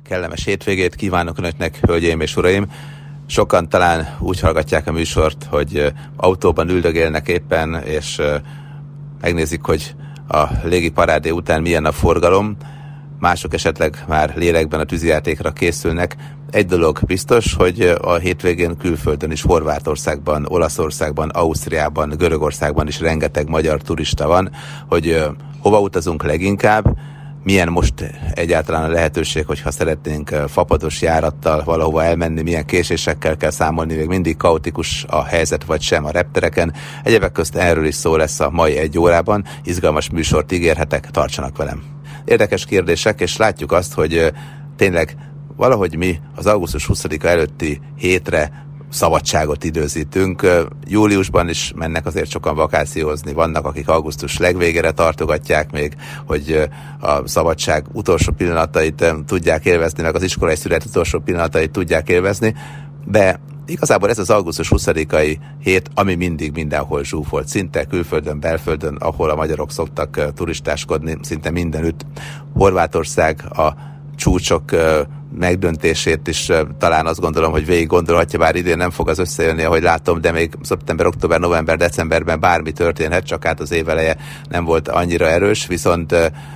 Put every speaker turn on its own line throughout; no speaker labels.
Kellemes hétvégét kívánok Önöknek, hölgyeim és uraim! Sokan talán úgy hallgatják a műsort, hogy autóban üldögélnek éppen, és megnézik, hogy a légiparádé után milyen a forgalom. Mások esetleg már lélekben a tűzijátékra készülnek. Egy dolog biztos, hogy a hétvégén külföldön is, Horvátországban, Olaszországban, Ausztriában, Görögországban is rengeteg magyar turista van, hogy hova utazunk leginkább, milyen most egyáltalán a lehetőség, hogyha szeretnénk fapados járattal valahova elmenni, milyen késésekkel kell számolni, még mindig kaotikus a helyzet vagy sem a reptereken. Egyebek közt erről is szó lesz a mai 1 órában, izgalmas műsort ígérhetek, tartsanak velem. Érdekes kérdések, és látjuk azt, hogy tényleg valahogy mi az augusztus 20-a előtti hétre szabadságot időzítünk. Júliusban is mennek azért sokan vakációzni, vannak, akik augusztus legvégére tartogatják még, hogy a szabadság utolsó pillanatait tudják élvezni, meg az iskolai szület utolsó pillanatait tudják élvezni, de igazából ez az augusztus 20-ai hét, ami mindig mindenhol zsúfolt, szinte külföldön, belföldön, ahol a magyarok szoktak turistáskodni, szinte mindenütt. Horvátország a csúcsok megdöntését is talán azt gondolom, hogy végig gondolhatja, bár idén nem fog az összejönni, ahogy látom, de még szeptember, október, november, decemberben bármi történhet, csak hát az éveleje nem volt annyira erős, viszont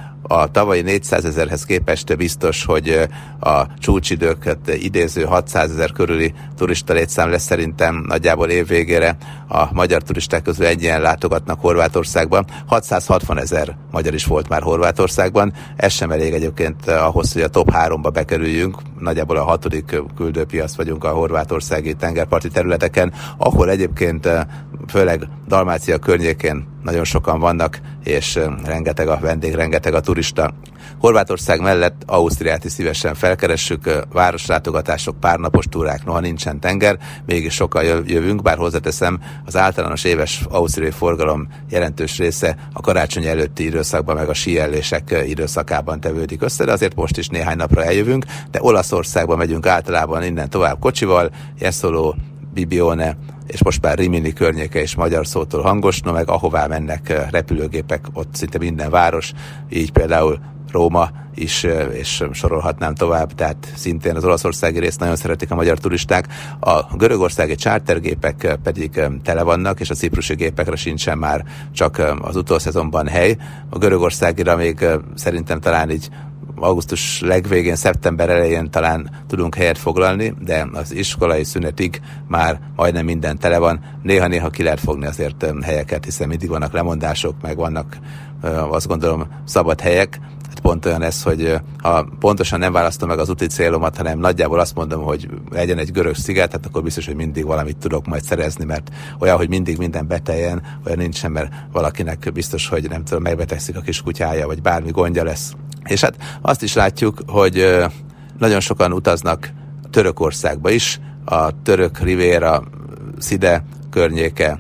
a tavalyi 400 000-hez képest biztos, hogy a csúcsidőket idéző 600 000 körüli turista létszám lesz szerintem nagyjából évvégére. A magyar turisták közül ennyien látogatnak Horvátországba. 660 000 magyar is volt már Horvátországban. Ez sem elég egyébként ahhoz, hogy a top 3-ba bekerüljünk. Nagyjából a 6. küldőpiac vagyunk a horvátországi tengerparti területeken, ahol egyébként főleg Dalmácia környékén nagyon sokan vannak, és rengeteg a vendég, rengeteg a turista. Horvátország mellett Ausztriát is szívesen felkeressük, városlátogatások, párnapos túrák, noha nincsen tenger, mégis sokan jövünk, bár hozzáteszem, az általános éves ausztriai forgalom jelentős része a karácsony előtti időszakban, meg a síellések időszakában tevődik össze, de azért most is néhány napra eljövünk, de Olaszországba megyünk általában innen tovább kocsival, Jesolo, Bibione, és most már Rimini környéke is magyar szótól hangos, no meg ahová mennek repülőgépek, ott szinte minden város, így például Róma is, és sorolhatnám tovább, tehát szintén az olaszországi részt nagyon szeretik a magyar turisták. A görögországi chartergépek pedig tele vannak, és a ciprusi gépekre sincsen már csak az utószezonban hely. A görögországira még szerintem talán így augusztus legvégén, szeptember elején talán tudunk helyet foglalni, de az iskolai szünetig már majdnem minden tele van. Néha-néha ki lehet fogni azért helyeket, hiszen mindig vannak lemondások, meg vannak azt gondolom szabad helyek. Hát pont olyan ez, hogy ha pontosan nem választom meg az úti célomat, hanem nagyjából azt mondom, hogy legyen egy görög sziget, hát akkor biztos, hogy mindig valamit tudok majd szerezni, mert olyan, hogy mindig minden beteljen, olyan nincsen, mert valakinek biztos, hogy nem tudom, megbetegszik a kis kutyája, vagy bármi gondja lesz. És hát azt is látjuk, hogy nagyon sokan utaznak Törökországba is, a török Riviera, Szide környéke,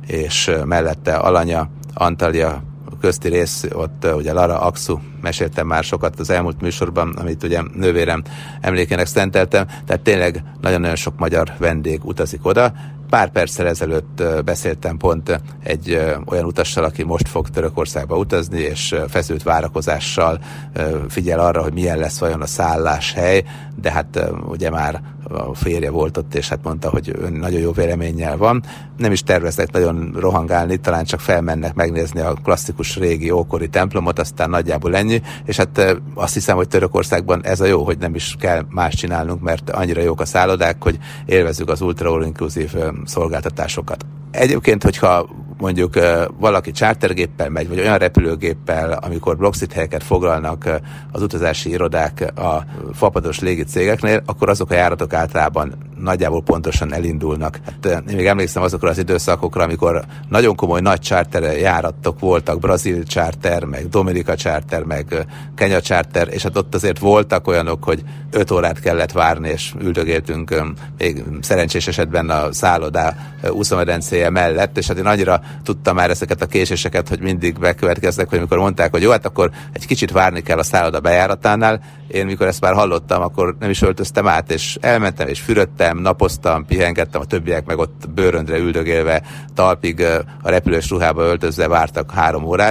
és mellette Alanya, Antalya közti rész, ott ugye Lara, Aksu, meséltem már sokat az elmúlt műsorban, amit ugye nővérem emlékének szenteltem, tehát tényleg nagyon-nagyon sok magyar vendég utazik oda. Pár perccel ezelőtt beszéltem pont egy olyan utassal, aki most fog Törökországba utazni, és feszült várakozással figyel arra, hogy milyen lesz vajon a szálláshely, de hát ugye már a férje volt ott, és hát mondta, hogy nagyon jó véleménnyel van. Nem is terveznek nagyon rohangálni, talán csak felmennek megnézni a klasszikus régi ókori templomot, aztán nagyjából ennyi, és hát azt hiszem, hogy Törökországban ez a jó, hogy nem is kell más csinálnunk, mert annyira jók a szállodák, hogy élvezzük az ultra all-inclusive szolgáltatásosokat. Egyébként, hogyha mondjuk valaki chartergéppel megy, vagy olyan repülőgéppel, amikor blockseat helyeket foglalnak az utazási irodák a fapados légicégeknél, akkor azok a járatok általában nagyjából pontosan elindulnak. Hát én még emlékszem azokra az időszakokra, amikor nagyon komoly nagy charter járatok voltak, brazil charter, meg Dominika charter, meg Kenya charter, és hát ott azért voltak olyanok, hogy 5 órát kellett várni, és üldögéltünk még szerencsés esetben a szállodá úszómedencéje mellett, és hát én annyira tudtam már ezeket a késéseket, hogy mindig bekövetkeznek, hogy amikor mondták, hogy jó, hát akkor egy kicsit várni kell a szálloda bejáratánál. Én mikor ezt már hallottam, akkor nem is öltöztem át, és elmentem, és fürödtem, napoztam, pihengettem, a többiek meg ott bőröndre üldögélve, talpig a repülős ruhába öltözve vártak 3 órát.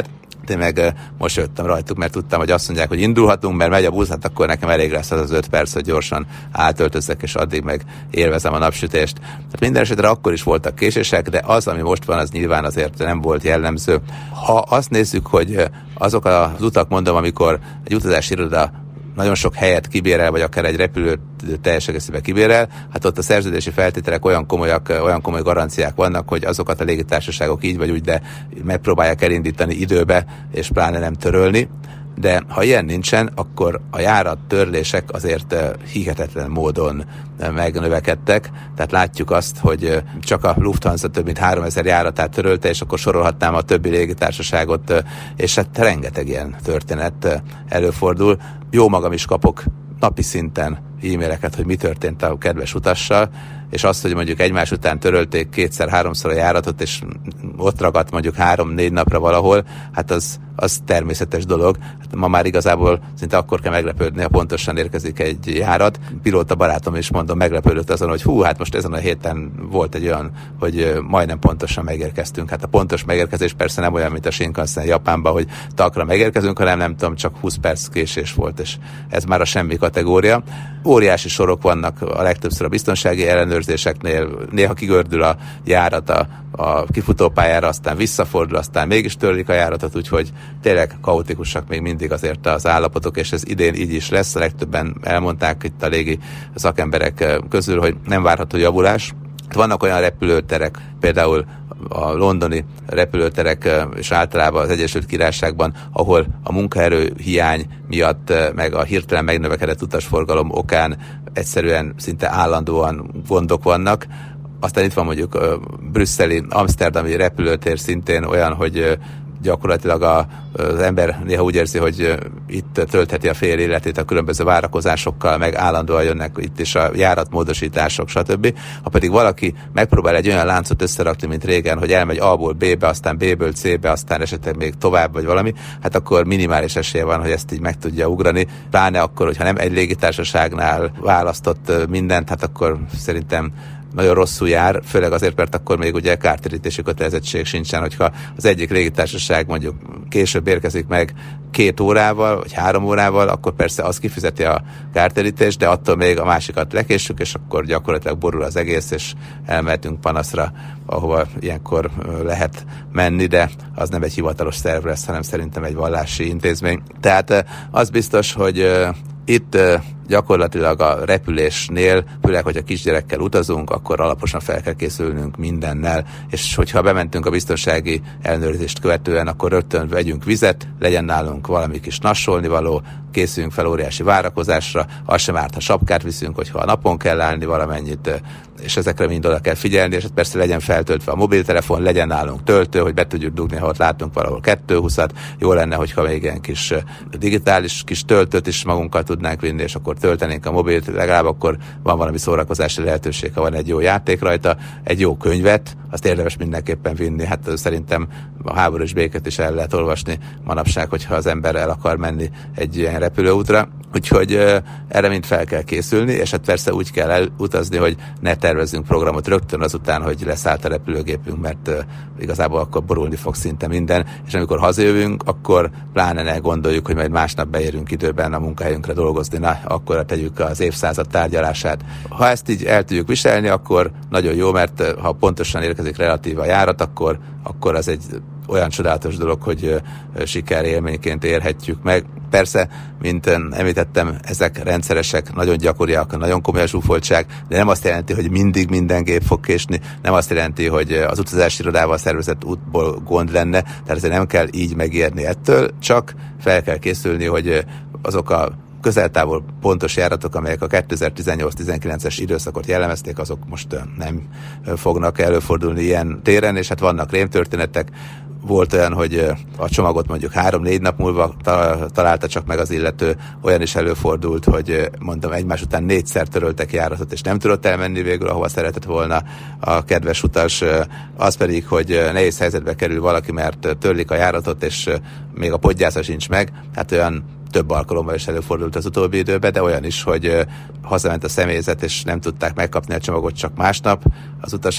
Én meg most jöttem rajtuk, mert tudtam, hogy azt mondják, hogy indulhatunk, mert megy a busz, hát akkor nekem elég lesz az 5 perc, hogy gyorsan átöltözzek, és addig meg élvezem a napsütést. Tehát minden esetre akkor is voltak késések, de az, ami most van, az nyilván azért nem volt jellemző. Ha azt nézzük, hogy azok az utak, mondom, amikor egy utazási iroda nagyon sok helyet kibérel, vagy akár egy repülőt teljes egészében kibérel, hát ott a szerződési feltételek olyan komoly garanciák vannak, hogy azokat a légitársaságok így vagy úgy, de megpróbálják elindítani időbe, és pláne nem törölni. De ha ilyen nincsen, akkor a járattörlések azért hihetetlen módon megnövekedtek. Tehát látjuk azt, hogy csak a Lufthansa több mint 3000 járatát törölte, és akkor sorolhatnám a többi légitársaságot, és hát rengeteg ilyen történet előfordul. Jó magam is kapok napi szinten e-maileket, hogy mi történt a kedves utassal, és azt, hogy mondjuk egymás után törölték 2-3-szor a járatot, és ott ragadt mondjuk 3-4 napra valahol, hát az természetes dolog. Hát ma már igazából szinte akkor kell meglepődni, ha pontosan érkezik egy járat. Pilóta barátom is, mondom, meglepődött azon, hogy hát most ezen a héten volt egy olyan, hogy majdnem pontosan megérkeztünk. Hát a pontos megérkezés persze nem olyan, mint a Shinkansen Japánban, hogy takra megérkezünk, hanem nem tudom, csak 20 perc késés volt, és ez már a semmi kategória. Óriási sorok vannak a legtöbbször a biztonsági ellenőrzéseknél, néha kigördül a járat a kifutópályára, aztán visszafordul, aztán mégis törlik a járatot, úgyhogy tényleg kaotikusak még mindig azért az állapotok, és ez idén így is lesz. A legtöbben elmondták itt a légi szakemberek közül, hogy nem várható javulás. Vannak olyan repülőterek, például a londoni repülőterek és általában az Egyesült Királyságban, ahol a munkaerő hiány miatt, meg a hirtelen megnövekedett utasforgalom okán egyszerűen szinte állandóan gondok vannak. Aztán itt van mondjuk brüsszeli, amszterdami repülőtér szintén olyan, hogy gyakorlatilag az ember néha úgy érzi, hogy itt töltheti a fél életét a különböző várakozásokkal, meg állandóan jönnek itt is a járatmódosítások, stb. Ha pedig valaki megpróbál egy olyan láncot összerakni, mint régen, hogy elmegy A-ból B-be, aztán B-ből C-be, aztán esetleg még tovább, vagy valami, hát akkor minimális esélye van, hogy ezt így meg tudja ugrani. Pláne akkor, hogyha nem egy légitársaságnál választott mindent, hát akkor szerintem nagyon rosszul jár, főleg azért, mert akkor még ugye kártérítési kötelezettség sincsen, hogyha az egyik légitársaság mondjuk később érkezik meg 2 órával, vagy 3 órával, akkor persze az kifizeti a kártérítést, de attól még a másikat lekéssük, és akkor gyakorlatilag borul az egész, és elmehetünk panaszra, ahova ilyenkor lehet menni, de az nem egy hivatalos szerv lesz, hanem szerintem egy vallási intézmény. Tehát az biztos, hogy itt gyakorlatilag a repülésnél, főleg, hogyha kisgyerekkel utazunk, akkor alaposan fel kell készülnünk mindennel, és hogyha bementünk a biztonsági ellenőrzést követően, akkor rögtön vegyünk vizet, legyen nálunk valami kis nassolnivaló, készüljünk fel óriási várakozásra, az sem árt, ha sapkát viszünk, hogyha a napon kell állni valamennyit, és ezekre mind oda kell figyelni, és persze legyen feltöltve a mobiltelefon, legyen nálunk töltő, hogy be tudjuk dugni, ha ott látunk valahol 220-at, jó lenne, hogyha még ilyen kis digitális kis töltőt is magunkkal tudnánk vinni, és akkor töltenénk a mobilt, legalább akkor van valami szórakozási lehetőség, ha van egy jó játék rajta, egy jó könyvet, azt érdemes mindenképpen vinni. Hát szerintem a Háborús békét is el lehet olvasni manapság, hogyha az ember el akar menni egy ilyen repülőútra. Úgyhogy erre mind fel kell készülni, és hát persze úgy kell elutazni, hogy ne tervezzünk programot rögtön azután, hogy leszállt a repülőgépünk, mert igazából akkor borulni fog szinte minden, és amikor hazajövünk, akkor pláne ne gondoljuk, hogy majd másnap beérünk időben a munkahelyünkre dolgozni, na, akkor tegyük az évszázad tárgyalását. Ha ezt így el tudjuk viselni, akkor nagyon jó, mert ha pontosan érkezik relatív a járat, akkor az egy olyan csodálatos dolog, hogy sikerélményként érhetjük meg. Persze, mint említettem, ezek rendszeresek, nagyon gyakoriak, nagyon komoly a zsúfoltság, de nem azt jelenti, hogy mindig minden gép fog késni, nem azt jelenti, hogy az utazási irodával szervezett útból gond lenne, tehát ezért nem kell így megérni ettől, csak fel kell készülni, hogy azok a közeltávol pontos járatok, amelyek a 2018-19-es időszakot jellemezték, azok most nem fognak előfordulni ilyen téren, és hát vannak rémtörténetek. Volt olyan, hogy a csomagot mondjuk 3-4 nap múlva találta csak meg az illető, olyan is előfordult, hogy mondom, egymás után 4-szer töröltek járatot, és nem tudott elmenni végül, ahova szeretett volna a kedves utas. Az pedig, hogy nehéz helyzetbe kerül valaki, mert törlik a járatot, és még a podgyásza sincs meg, hát olyan több alkalommal is előfordult az utóbbi időben, de olyan is, hogy hazament a személyzet, és nem tudták megkapni a csomagot csak másnap az utasok,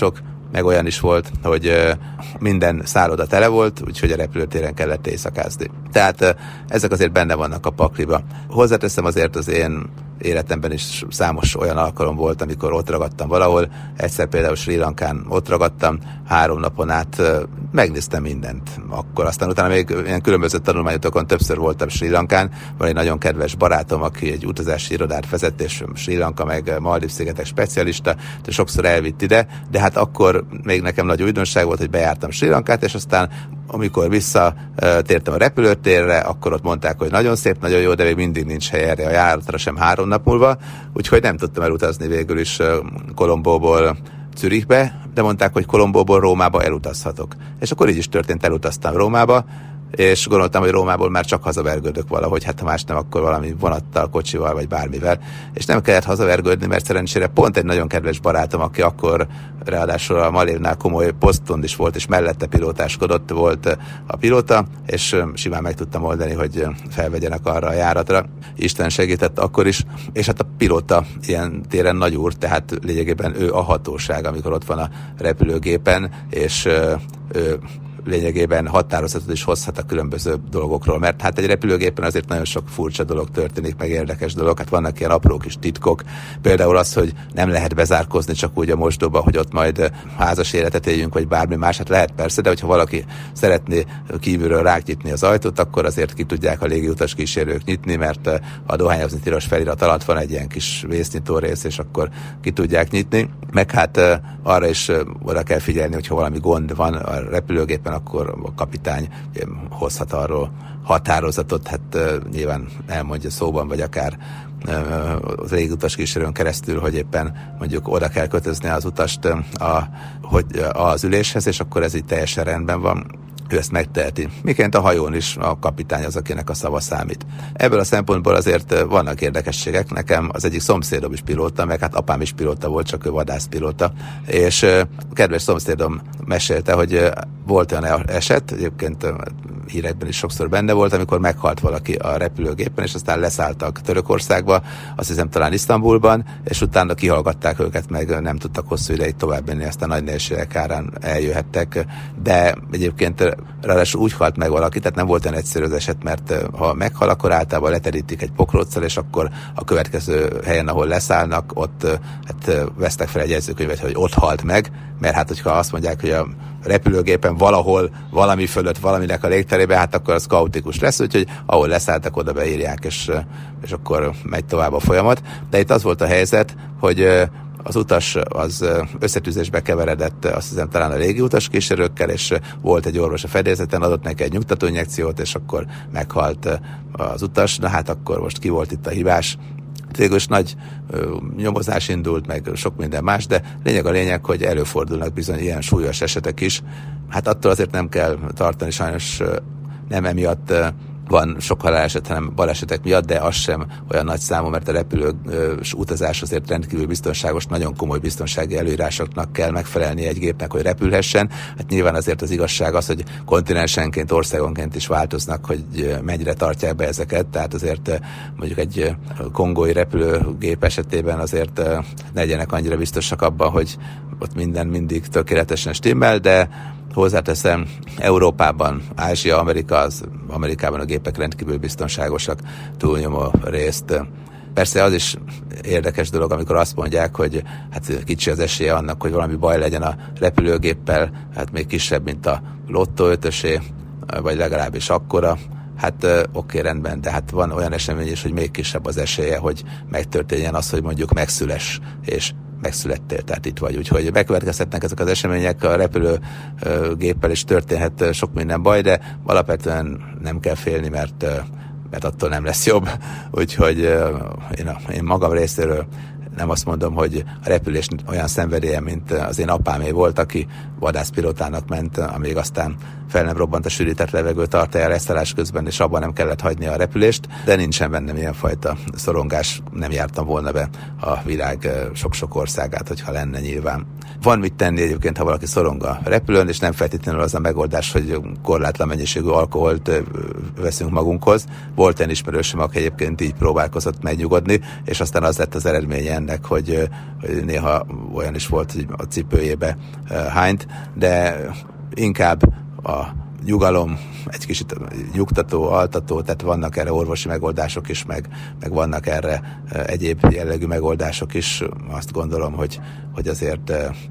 meg olyan is volt, hogy minden szálloda tele volt, úgyhogy a repülőtéren kellett éjszakázni. Tehát ezek azért benne vannak a pakliba. Hozzáteszem, azért az én életemben is számos olyan alkalom volt, amikor ott ragadtam valahol. Egyszer például Srí Lankán ott ragadtam, 3 napon át megnéztem mindent. Akkor aztán utána még ilyen különböző tanulmányokon többször voltam Srí Lankán. Van egy nagyon kedves barátom, aki egy utazási irodát vezet, és Srí Lanka meg Maldív-szigetek specialista, de sokszor elvitt ide, de hát akkor még nekem nagy újdonság volt, hogy bejártam Srí Lankát, és aztán amikor visszatértem a repülőtérre, akkor ott mondták, hogy nagyon szép, nagyon jó, de még mindig nincs hely erre a járatra sem 3 nap múlva, úgyhogy nem tudtam elutazni végül is Kolombóból Zürichbe, de mondták, hogy Kolombóból Rómába elutazhatok. És akkor így is történt, elutaztam Rómába, és gondoltam, hogy Rómából már csak hazavergődök valahogy, hát ha más nem, akkor valami vonattal, kocsival, vagy bármivel. És nem kellett hazavergődni, mert szerencsére pont egy nagyon kedves barátom, aki akkor ráadásul a Malévnál komoly poszton is volt, és mellette pilótáskodott, volt a pilóta, és simán meg tudtam oldani, hogy felvegyenek arra a járatra. Isten segített akkor is, és hát a pilóta ilyen téren nagy úr, tehát lényegében ő a hatóság, amikor ott van a repülőgépen, és ő lényegében határozatot is hozhat a különböző dolgokról, mert hát egy repülőgépen azért nagyon sok furcsa dolog történik, meg érdekes dolog, hát vannak ilyen apró kis titkok, például az, hogy nem lehet bezárkózni csak úgy a mosdóba, hogy ott majd házas életet éljünk, vagy bármi más, hát lehet persze, de hogyha valaki szeretné kívülről ráknyitni az ajtót, akkor azért ki tudják a légiutas kísérők nyitni, mert a dohányozni tilos felirat alatt van egy ilyen kis vésznyitó rész, és akkor ki tudják nyitni, meg hát arra is oda kell figyelni, hogyha valami gond van a repülőgépen, akkor a kapitány hozhat arról határozatot, hát nyilván elmondja szóban, vagy akár az légutas kísérőn keresztül, hogy éppen mondjuk oda kell kötözni az utast az üléshez, és akkor ez így teljesen rendben van. Ő ezt megteheti. Miként a hajón is a kapitány az, akinek a szava számít. Ebből a szempontból azért vannak érdekességek. Nekem az egyik szomszédom is pilóta, meg hát apám is pilóta volt, csak ő vadászpilóta. És kedves szomszédom mesélte, hogy volt olyan eset, egyébként hírekben is sokszor benne volt, amikor meghalt valaki a repülőgépen, és aztán leszálltak Törökországba, azt hiszem talán Isztambulban, és utána kihallgatták őket, meg nem tudtak hosszú ideig tovább menni, aztán nagy nehézségek árán eljöhettek, de egyébként ráadásul úgy halt meg valaki, tehát nem volt olyan egyszerű az eset, mert ha meghal, akkor általában leterítik egy pokróccal, és akkor a következő helyen, ahol leszállnak, ott hát vesztek fel egy jegyzőkönyvet, hogy ott halt meg, mert hát hogyha azt mondják, hogy a repülőgépen valahol, valami fölött, valaminek a légterébe, hát akkor az kaotikus lesz, úgyhogy ahol leszálltak, oda beírják, és akkor megy tovább a folyamat. De itt az volt a helyzet, hogy az utas az összetűzésbe keveredett, azt hiszem talán a légiutas kísérőkkel, és volt egy orvos a fedélzeten, adott neki egy nyugtatóinjekciót, és akkor meghalt az utas. Na hát akkor most ki volt itt a hibás? Végül is nagy nyomozás indult, meg sok minden más, de a lényeg, hogy előfordulnak bizony ilyen súlyos esetek is. Hát attól azért nem kell tartani, sajnos nem emiatt van sok haláleset, hanem balesetek miatt, de az sem olyan nagy számú, mert a repülős utazás azért rendkívül biztonságos, nagyon komoly biztonsági előírásoknak kell megfelelni egy gépnek, hogy repülhessen. Hát nyilván azért az igazság az, hogy kontinensenként, országonként is változnak, hogy mennyire tartják be ezeket, tehát azért mondjuk egy kongói repülőgép esetében azért ne legyenek annyira biztosak abban, hogy ott minden mindig tökéletesen stimmel, de hozzáteszem, Európában, Ázsia, Amerikában a gépek rendkívül biztonságosak, túlnyomó részt. Persze az is érdekes dolog, amikor azt mondják, hogy hát kicsi az esélye annak, hogy valami baj legyen a repülőgéppel, hát még kisebb, mint a lottó ötösé, vagy legalábbis akkora. Hát oké, rendben, de hát van olyan esemény is, hogy még kisebb az esélye, hogy megtörténjen az, hogy mondjuk megszüless, és megszülettél, tehát itt vagy. Úgyhogy bekövetkezhetnek ezek az események, a repülőgéppel is történhet sok minden baj, de alapvetően nem kell félni, mert attól nem lesz jobb. Úgyhogy én magam részéről nem azt mondom, hogy a repülés olyan szenvedélye, mint az én apámé volt, aki vadászpilótának ment, amíg aztán fel nem robbant a sűrített levegő tartálya leszállás közben, és abban nem kellett hagyni a repülést, de nincsen bennem ilyenfajta szorongás, nem jártam volna be a világ sok-sok országát, hogyha lenne nyilván. Van mit tenni egyébként, ha valaki szorong a repülőn, és nem feltétlenül az a megoldás, hogy korlátlan mennyiségű alkoholt veszünk magunkhoz. Volt egy ismerősöm, aki egyébként így próbálkozott megnyugodni, és aztán az lett az eredménye ennek, hogy néha olyan is volt, hogy a cipőjébe hányt, de inkább a nyugalom, egy kicsit nyugtató, altató, tehát vannak erre orvosi megoldások is, meg vannak erre egyéb jellegű megoldások is. Azt gondolom, hogy azért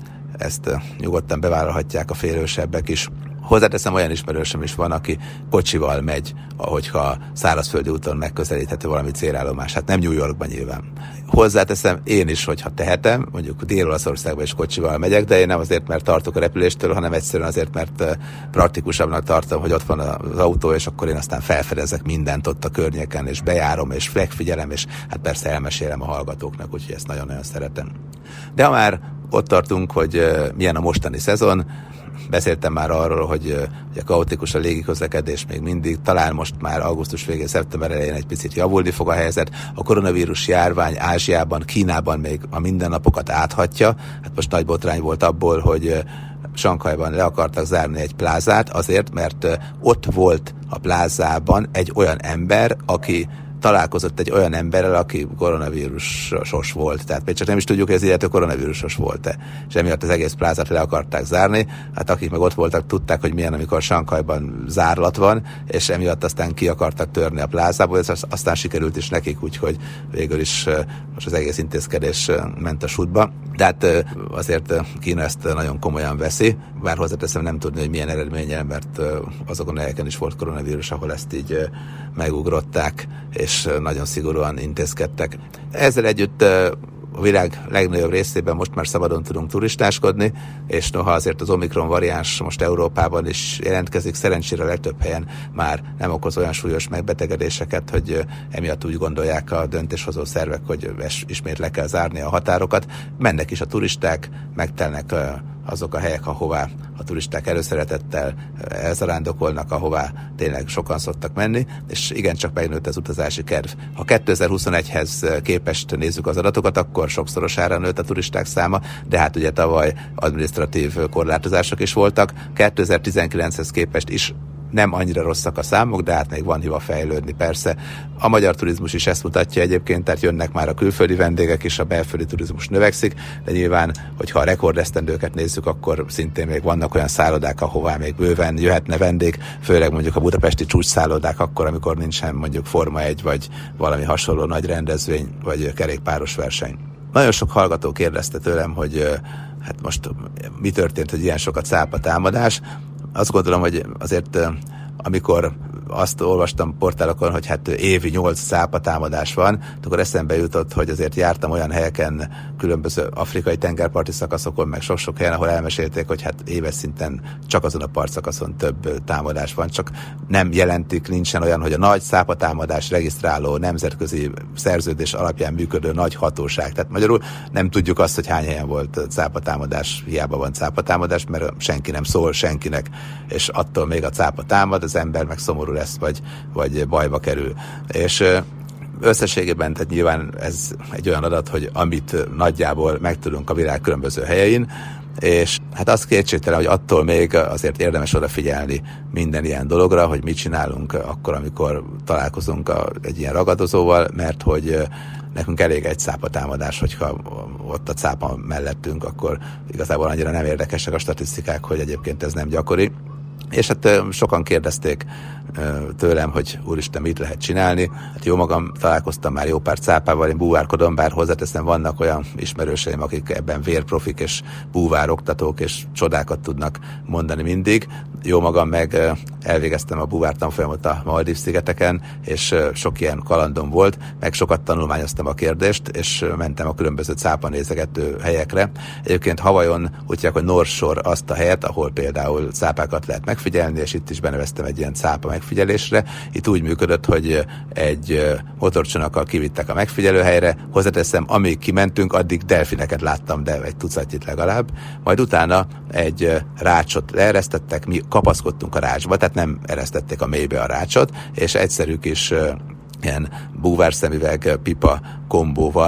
ezt nyugodtan bevállalhatják a félősebbek is. Hozzáteszem, olyan ismerősöm is van, aki kocsival megy, ahogyha szárazföldi úton megközelíthető valami célállomás. Hát nem New Yorkban nyilván. Hozzáteszem én is, hogyha tehetem, mondjuk Dél-Olaszországba is kocsival megyek, de én nem azért, mert tartok a repüléstől, hanem egyszerűen azért, mert praktikusabbnak tartom, hogy ott van az autó, és akkor én aztán felfedezek mindent ott a környéken, és bejárom, és megfigyelem, és hát persze elmesélem a hallgatóknak, úgyhogy ezt nagyon-nagyon szeretem. De ha már ott tartunk, hogy milyen a mostani szezon, beszéltem már arról, hogy a kaotikus a légiközlekedés még mindig, talán most már augusztus végén, szeptember elején egy picit javulni fog a helyzet. A koronavírus járvány Ázsiában, Kínában még a mindennapokat áthatja. Hát most nagy botrány volt abból, hogy Sanghajban le akartak zárni egy plázát azért, mert ott volt a plázában egy olyan ember, aki találkozott egy olyan emberrel, aki koronavírusos volt. Tehát még csak nem is tudjuk, hogy az illető koronavírusos volt-e. És emiatt az egész plázát le akarták zárni. Hát akik meg ott voltak, tudták, hogy milyen, amikor Sanghajban zárlat van, és emiatt aztán ki akartak törni a plázából, és aztán sikerült is nekik, úgyhogy végül is most az egész intézkedés ment a sútba. De hát azért Kína ezt nagyon komolyan veszi, bár hozzáteszem, nem tudni, hogy milyen eredménnyel, mert azokon a helyeken is volt koronavírus, ahol ezt így megugrották, és nagyon szigorúan intézkedtek. Ezzel együtt a világ legnagyobb részében most már szabadon tudunk turistáskodni, és noha azért az Omikron variáns most Európában is jelentkezik, szerencsére a legtöbb helyen már nem okoz olyan súlyos megbetegedéseket, hogy emiatt úgy gondolják a döntéshozó szervek, hogy ismét le kell zárni a határokat. Mennek is a turisták, megtelnek azok a helyek, ahová a turisták előszeretettel elzarándokolnak, ahová tényleg sokan szoktak menni, és igencsak megnőtt az utazási kedv. Ha 2021-hez képest nézzük az adatokat, akkor sokszorosára nőtt a turisták száma, de hát ugye tavaly adminisztratív korlátozások is voltak. 2019-hez képest is nem annyira rosszak a számok, de hát még van hiva fejlődni persze. A magyar turizmus is ezt mutatja egyébként, tehát jönnek már a külföldi vendégek is, a belföldi turizmus növekszik, de nyilván, hogyha a rekordesztendőket nézzük, akkor szintén még vannak olyan szállodák, ahová még bőven jöhetne vendég, főleg mondjuk a budapesti csúcsszállodák akkor, amikor nincsen mondjuk Forma 1 vagy valami hasonló nagy rendezvény, vagy kerékpáros verseny. Nagyon sok hallgató kérdezte tőlem, hogy hát most mi történt, hogy ilyen sok a cápatámadás. Azt gondolom, hogy azért amikor azt olvastam portálokon, hogy hát évi 8 cápatámadás van, akkor eszembe jutott, hogy azért jártam olyan helyeken, különböző afrikai tengerparti szakaszokon, meg sok-sok helyen, ahol elmesélték, hogy hát éves szinten csak azon a partszakaszon több támadás van, csak nem jelentik, nincsen olyan, hogy a nagy cápatámadás regisztráló nemzetközi szerződés alapján működő nagy hatóság. Tehát magyarul nem tudjuk azt, hogy hány helyen volt cápatámadás, hiába van cápatámadás, mert senki nem szól senkinek, és attól még a cápa támad, az ember meg szomorú lesz, vagy bajba kerül. És összességében, tehát nyilván ez egy olyan adat, hogy amit nagyjából megtudunk a világ különböző helyein, és hát az kétségtelen, hogy attól még azért érdemes odafigyelni minden ilyen dologra, hogy mit csinálunk akkor, amikor találkozunk egy ilyen ragadozóval, mert hogy nekünk elég egy cápatámadás, hogyha ott a cápa mellettünk, akkor igazából annyira nem érdekesek a statisztikák, hogy egyébként ez nem gyakori. És hát sokan kérdezték tőlem, hogy úristen, mit lehet csinálni. Hát jó magam találkoztam már jó pár cápával, én búvárkodom, bár hozzáteszem, vannak olyan ismerőseim, akik ebben vérprofik és búvároktatók, és csodákat tudnak mondani mindig. Jó magam meg elvégeztem a búvártanfolyamot a Maldív-szigeteken, és sok ilyen kalandom volt, meg sokat tanulmányoztam a kérdést, és mentem a különböző cápanézegető helyekre. Egyébként Havajon úgy hívják, hogy North Shore azt a helyet, ahol például cápákat lehet megfigyelni, és itt is beneveztem egy ilyen cápa megfigyelésre. Itt úgy működött, hogy egy motorcsónakkal kivittek a megfigyelőhelyre, hozzáteszem, amíg kimentünk, addig delfineket láttam, de egy tucatnyit legalább. Majd utána egy rácsot leeresztettek, mi kapaszkodtunk a rácsba, tehát nem eresztették a mélybe a rácsot, és egyszerű kis ilyen búvárszemüveg pipa kombóval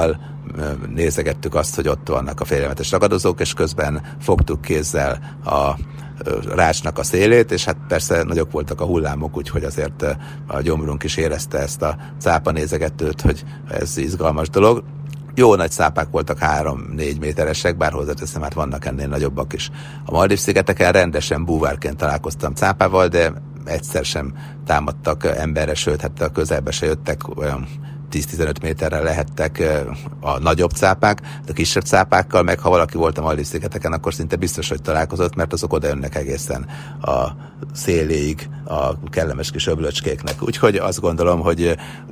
nézegettük azt, hogy ott vannak a félelmetes ragadozók, és közben fogtuk kézzel a rácsnak a szélét, és hát persze nagyok voltak a hullámok, úgyhogy azért a gyomrunk is érezte ezt a cápa nézegetőt, hogy ez izgalmas dolog. Jó nagy cápák voltak, 3-4 méteresek, bár hozzáteszem, hát vannak ennél nagyobbak is. A Maldív-szigeteken rendesen búvárként találkoztam cápával, de egyszer sem támadtak emberre, sőt, hát a közelbe se jöttek, olyan 10-15 méterre lehettek a nagyobb cápák, de a kisebb cápákkal meg, ha valaki volt a Maldív-szigeteken, akkor szinte biztos, hogy találkozott, mert azok oda jönnek egészen a széléig a kellemes kis öblöcskéknek. Úgyhogy azt gondolom, hogy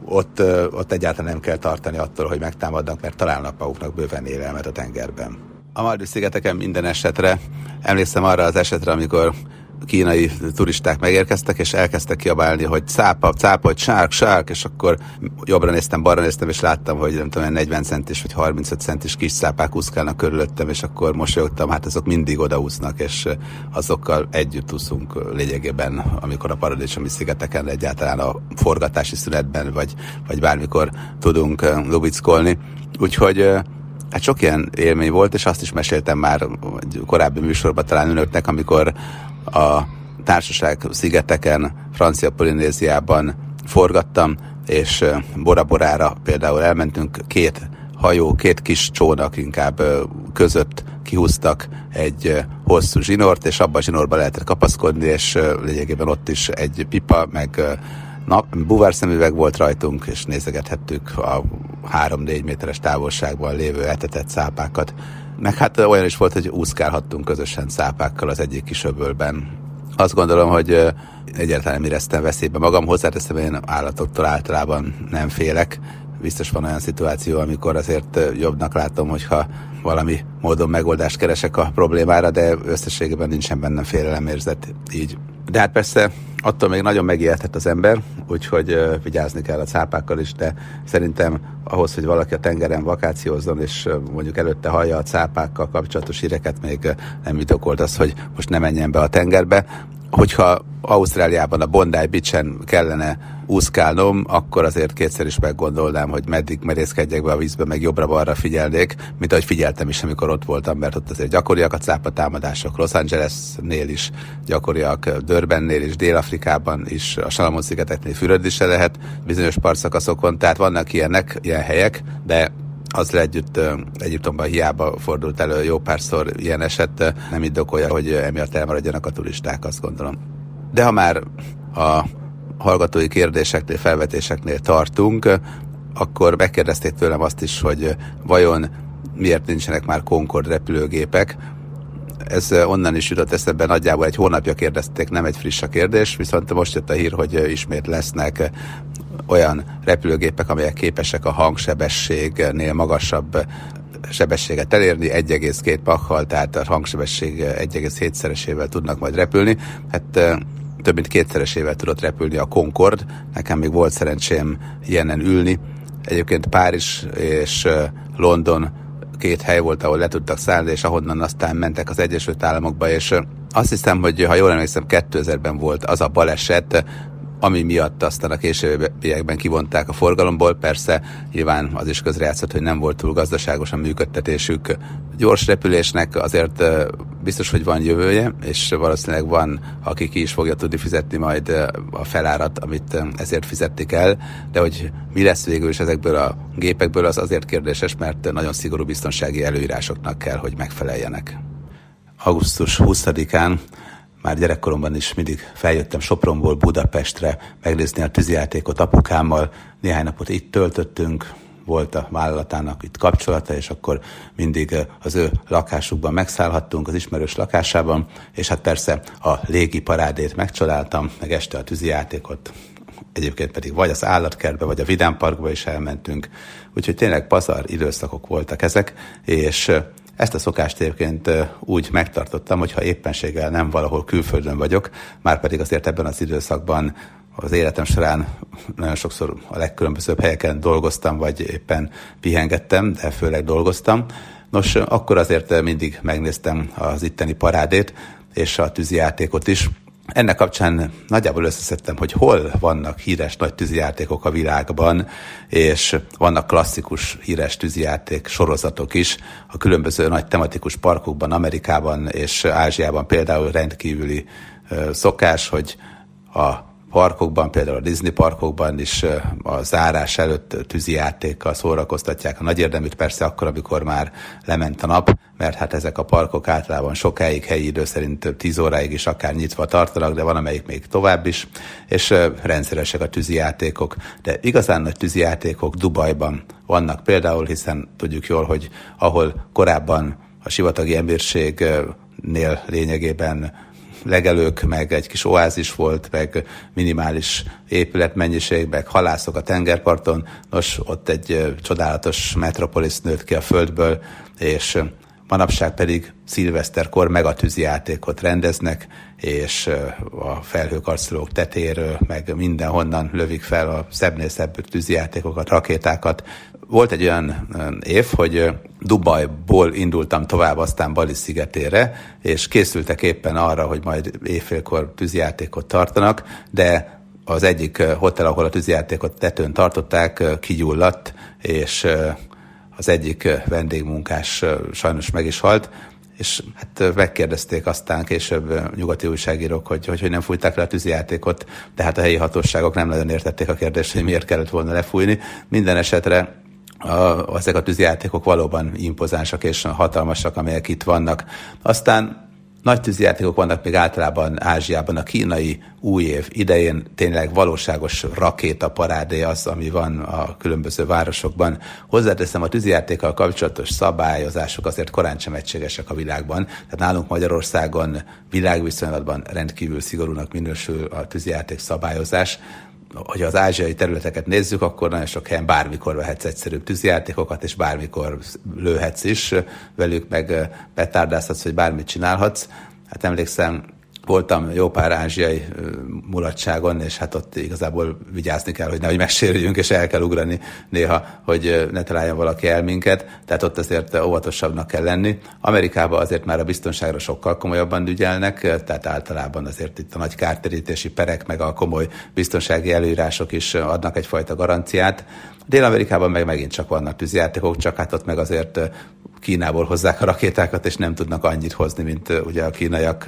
ott egyáltalán nem kell tartani attól, hogy megtámadnak, mert találnak maguknak bőven élelmet a tengerben. A Maldív-szigeteken minden esetre, emlékszem arra az esetre, amikor kínai turisták megérkeztek, és elkezdtek kiabálni, hogy cápa, hogy shark, és akkor jobbra néztem, balra néztem, és láttam, hogy nem tudom, 40 centis vagy 35 centis kis cápák úszkálnak körülöttem, és akkor mosolyogtam, hát azok mindig odaúsznak, és azokkal együtt úszunk lényegében, amikor a paradicsomi szigeteken egyáltalán a forgatási szünetben, vagy bármikor tudunk lubickolni. Úgyhogy hát sok ilyen élmény volt, és azt is meséltem már korábbi műsorban talán önöknek, amikor a Társaság szigeteken, Francia Polinéziában forgattam, és Bora Borára például elmentünk, 2 hajó, 2 kis csónak inkább között kihúztak egy hosszú zsinort, és abban a zsinorba lehetett kapaszkodni, és lényegében ott is egy pipa, meg buvárszemüveg volt rajtunk, és nézegethettük a 3-4 méteres távolságban lévő etetett cápákat. Meg hát olyan is volt, hogy úszkálhattunk közösen cápákkal az egyik kis öbölben. Azt gondolom, hogy egyáltalán nem éreztem veszélybe magam, hozzáteszem, én állatoktól általában nem félek. Biztos van olyan szituáció, amikor azért jobbnak látom, hogyha valami módon megoldást keresek a problémára, de összességében nincsen bennem félelemérzet így. De hát persze attól még nagyon megijedhet az ember, úgyhogy vigyázni kell a cápákkal is, de szerintem ahhoz, hogy valaki a tengeren vakációzzon, és mondjuk előtte hallja a cápákkal kapcsolatos híreket, még nem indokolt az, hogy most ne menjen be a tengerbe. Hogyha Ausztráliában a Bondi Beach-en kellene úszkálnom, akkor azért kétszer is meggondolnám, hogy meddig merészkedjek be a vízbe, meg jobbra-balra figyelnék, mint ahogy figyeltem is, amikor ott voltam, mert ott azért gyakoriak a cápatámadások, Los Angelesnél is gyakoriak, Durbannél is, Dél-Afrikában is, a Salamon-szigeteknél fürödni se lehet bizonyos partszakaszokon, tehát vannak ilyen helyek, de azzal együtt Egyiptomban hiába fordult elő jó párszor ilyen eset, nem indokolja, hogy emiatt elmaradjanak a turisták, azt gondolom. De ha már a hallgatói kérdéseknél, felvetéseknél tartunk, akkor megkérdezték tőlem azt is, hogy vajon miért nincsenek már Concorde repülőgépek. Ez onnan is jutott eszembe, nagyjából egy hónapja kérdezték, nem egy friss a kérdés, viszont most jött a hír, hogy ismét lesznek olyan repülőgépek, amelyek képesek a hangsebességnél magasabb sebességet elérni, 1,2 Mach-hal, tehát a hangsebesség 1,7-szeresével tudnak majd repülni. Hát több mint 2-szeresével tudott repülni a Concorde. Nekem még volt szerencsém ilyenen ülni. Egyébként Párizs és London 2 hely volt, ahol le tudtak szállni, és ahonnan aztán mentek az Egyesült Államokba, és azt hiszem, hogy ha jól emlékszem, 2000-ben volt az a baleset, ami miatt aztán a későbbiekben kivonták a forgalomból. Persze nyilván az is közrejátszott, hogy nem volt túl gazdaságos a működtetésük. Gyors repülésnek azért biztos, hogy van jövője, és valószínűleg van, aki ki is fogja tudni fizetni majd a felárat, amit ezért fizették el, de hogy mi lesz végül is ezekből a gépekből, az azért kérdéses, mert nagyon szigorú biztonsági előírásoknak kell, hogy megfeleljenek. Augusztus 20-án már gyerekkoromban is mindig feljöttem Sopronból Budapestre megnézni a tűzijátékot apukámmal. Néhány napot itt töltöttünk, volt a vállalatának itt kapcsolata, és akkor mindig az ő lakásukban megszállhattunk, az ismerős lakásában, és hát persze a légi parádét megcsodáltam, meg este a tűzijátékot. Egyébként pedig vagy az állatkertbe, vagy a Vidám Parkba is elmentünk. Úgyhogy tényleg pazar időszakok voltak ezek, és ezt a szokást egyébként úgy megtartottam, hogyha éppenséggel nem valahol külföldön vagyok, már pedig azért ebben az időszakban az életem során nagyon sokszor a legkülönbözőbb helyeken dolgoztam, vagy éppen pihengettem, de főleg dolgoztam. Nos, akkor azért mindig megnéztem az itteni parádét, és a tűzijátékot is, ennek kapcsán nagyjából összeszedtem, hogy hol vannak híres nagy tűzijátékok a világban, és vannak klasszikus híres tűzijáték sorozatok is. A különböző nagy tematikus parkokban, Amerikában és Ázsiában például rendkívüli szokás, hogy a parkokban, például a Disney parkokban is a zárás előtt tűzijátékkal szórakoztatják a nagy érdeműt, persze akkor, amikor már lement a nap, mert hát ezek a parkok általában sokáig, helyi idő szerint 10 óráig is akár nyitva tartanak, de van amelyik még tovább is, és rendszeresek a tűzijátékok. De igazán nagy tűzijátékok Dubajban vannak például, hiszen tudjuk jól, hogy ahol korábban a sivatagi emírségnél lényegében legelők, meg egy kis oázis volt, meg minimális épületmennyiség, meg halászok a tengerparton. Nos, ott egy csodálatos metropolis nőtt ki a földből, és manapság pedig szilveszterkor megatűzijátékot rendeznek, és a felhőkarcolók tetéről, meg mindenhonnan lövik fel a szebbnél szebb tűzijátékokat, rakétákat. Volt egy olyan év, hogy Dubajból indultam tovább, aztán Bali szigetére, és készültek éppen arra, hogy majd éjfélkor tűzijátékot tartanak, de az egyik hotel, ahol a tűzijátékot tetőn tartották, kigyulladt, és az egyik vendégmunkás sajnos meg is halt, és hát megkérdezték aztán később nyugati újságírók, hogy nem fújták le a tűzijátékot, de hát a helyi hatóságok nem nagyon értették a kérdést, hogy miért kellett volna lefújni. Minden esetre ezek a tűzijátékok valóban impozánsak és hatalmasak, amelyek itt vannak. Aztán nagy tűzijátékok vannak még általában Ázsiában. A kínai új év idején tényleg valóságos rakétaparádé az, ami van a különböző városokban. Hozzáteszem, a tűzijátékkal kapcsolatos szabályozások azért korán sem egységesek a világban. Tehát nálunk Magyarországon világviszonylatban rendkívül szigorúnak minősül a tűzijáték szabályozás. Hogy az ázsiai területeket nézzük, akkor nagyon sok helyen bármikor vehetsz egyszerűbb tűzijátékokat, és bármikor lőhetsz is velük, meg betárdázhatsz, hogy bármit csinálhatsz. Hát emlékszem, voltam jó pár ázsiai mulatságon, és hát ott igazából vigyázni kell, hogy nehogy megsérüljünk, és el kell ugrani néha, hogy ne találjon valaki el minket. Tehát ott azért óvatosabbnak kell lenni. Amerikában azért már a biztonságra sokkal komolyabban ügyelnek, tehát általában azért itt a nagy kártérítési perek, meg a komoly biztonsági előírások is adnak egyfajta garanciát. Dél-Amerikában meg megint csak vannak tűzijátékok, csak hát ott meg azért Kínából hozzák a rakétákat, és nem tudnak annyit hozni, mint ugye a kínaiak,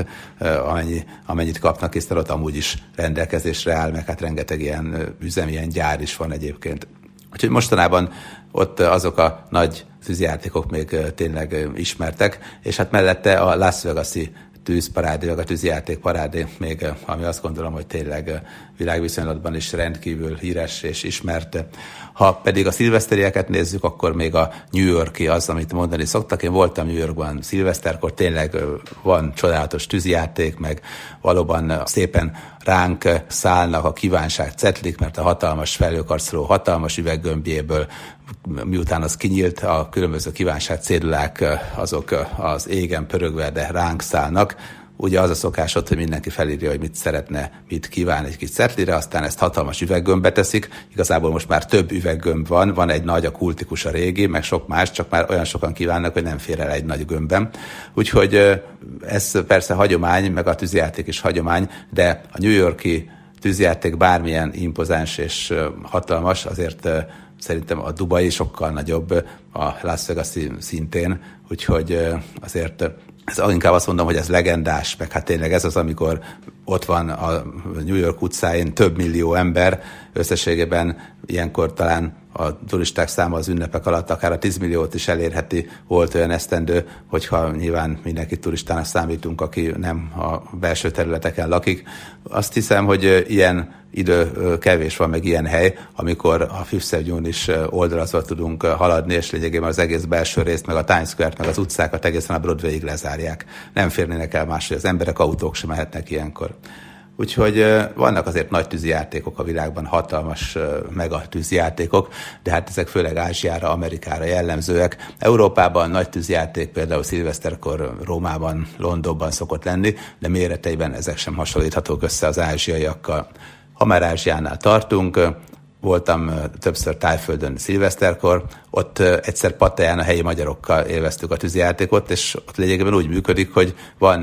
amennyit kapnak, hiszen ott amúgy is rendelkezésre áll, meg hát rengeteg ilyen üzem, ilyen gyár is van egyébként. Úgyhogy mostanában ott azok a nagy tűzijátékok még tényleg ismertek, és hát mellette a Las Vegas-i tűzparádé, vagy a tűzijáték parádé még, ami azt gondolom, hogy tényleg világviszonylatban is rendkívül híres és ismert. Ha pedig a szilveszterieket nézzük, akkor még a New York-i az, amit mondani szoktak. Én voltam New Yorkban szilveszterkor, tényleg van csodálatos tűzijáték, meg valóban szépen ránk szállnak a kívánság cetlik, mert a hatalmas felhőkarcoló hatalmas üveggömbjéből, miután az kinyílt, a különböző kívánság cédulák azok az égen pörögve, de ránk szállnak. Ugye az a szokás ott, hogy mindenki felírja, hogy mit szeretne, mit kíván egy kis cetlire, aztán ezt hatalmas üveggömbbe teszik. Igazából most már több üveggömb van egy nagy, a kultikus, a régi, meg sok más, csak már olyan sokan kívánnak, hogy nem fér el egy nagy gömbben. Úgyhogy ez persze hagyomány, meg a tűzijáték is hagyomány, de a New York-i tűzijáték bármilyen impozáns és hatalmas, azért szerintem a Dubai sokkal nagyobb, a Las Vegas-i szintén, úgyhogy azért ez inkább azt mondom, hogy ez legendás, meg hát tényleg ez az, amikor ott van a New York utcáin több millió ember, összességében ilyenkor talán a turisták száma az ünnepek alatt akár a 10 milliót is elérheti, volt olyan esztendő, hogyha nyilván mindenki turistának számítunk, aki nem a belső területeken lakik. Azt hiszem, hogy ilyen idő kevés van, meg ilyen hely, amikor a Fifth Avenue-n is oldalazva tudunk haladni, és lényegében az egész belső részt, meg a Times Square-t, meg az utcákat egészen a Broadway-ig lezárják. Nem férnének el máshogy, az emberek, autók sem mehetnek ilyenkor. Úgyhogy vannak azért nagy tűzijátékok a világban, hatalmas mega tűzijátékok, de hát ezek főleg Ázsiára, Amerikára jellemzőek. Európában nagy tűzijáték például szilveszterkor Rómában, Londonban szokott lenni, de méreteiben ezek sem hasonlíthatók össze az ázsiaiakkal. Ha már Ázsiánál tartunk, voltam többször Tájföldön szilveszterkor, ott egyszer Pattayán a helyi magyarokkal élveztük a tűzijátékot, és ott lényegében úgy működik, hogy van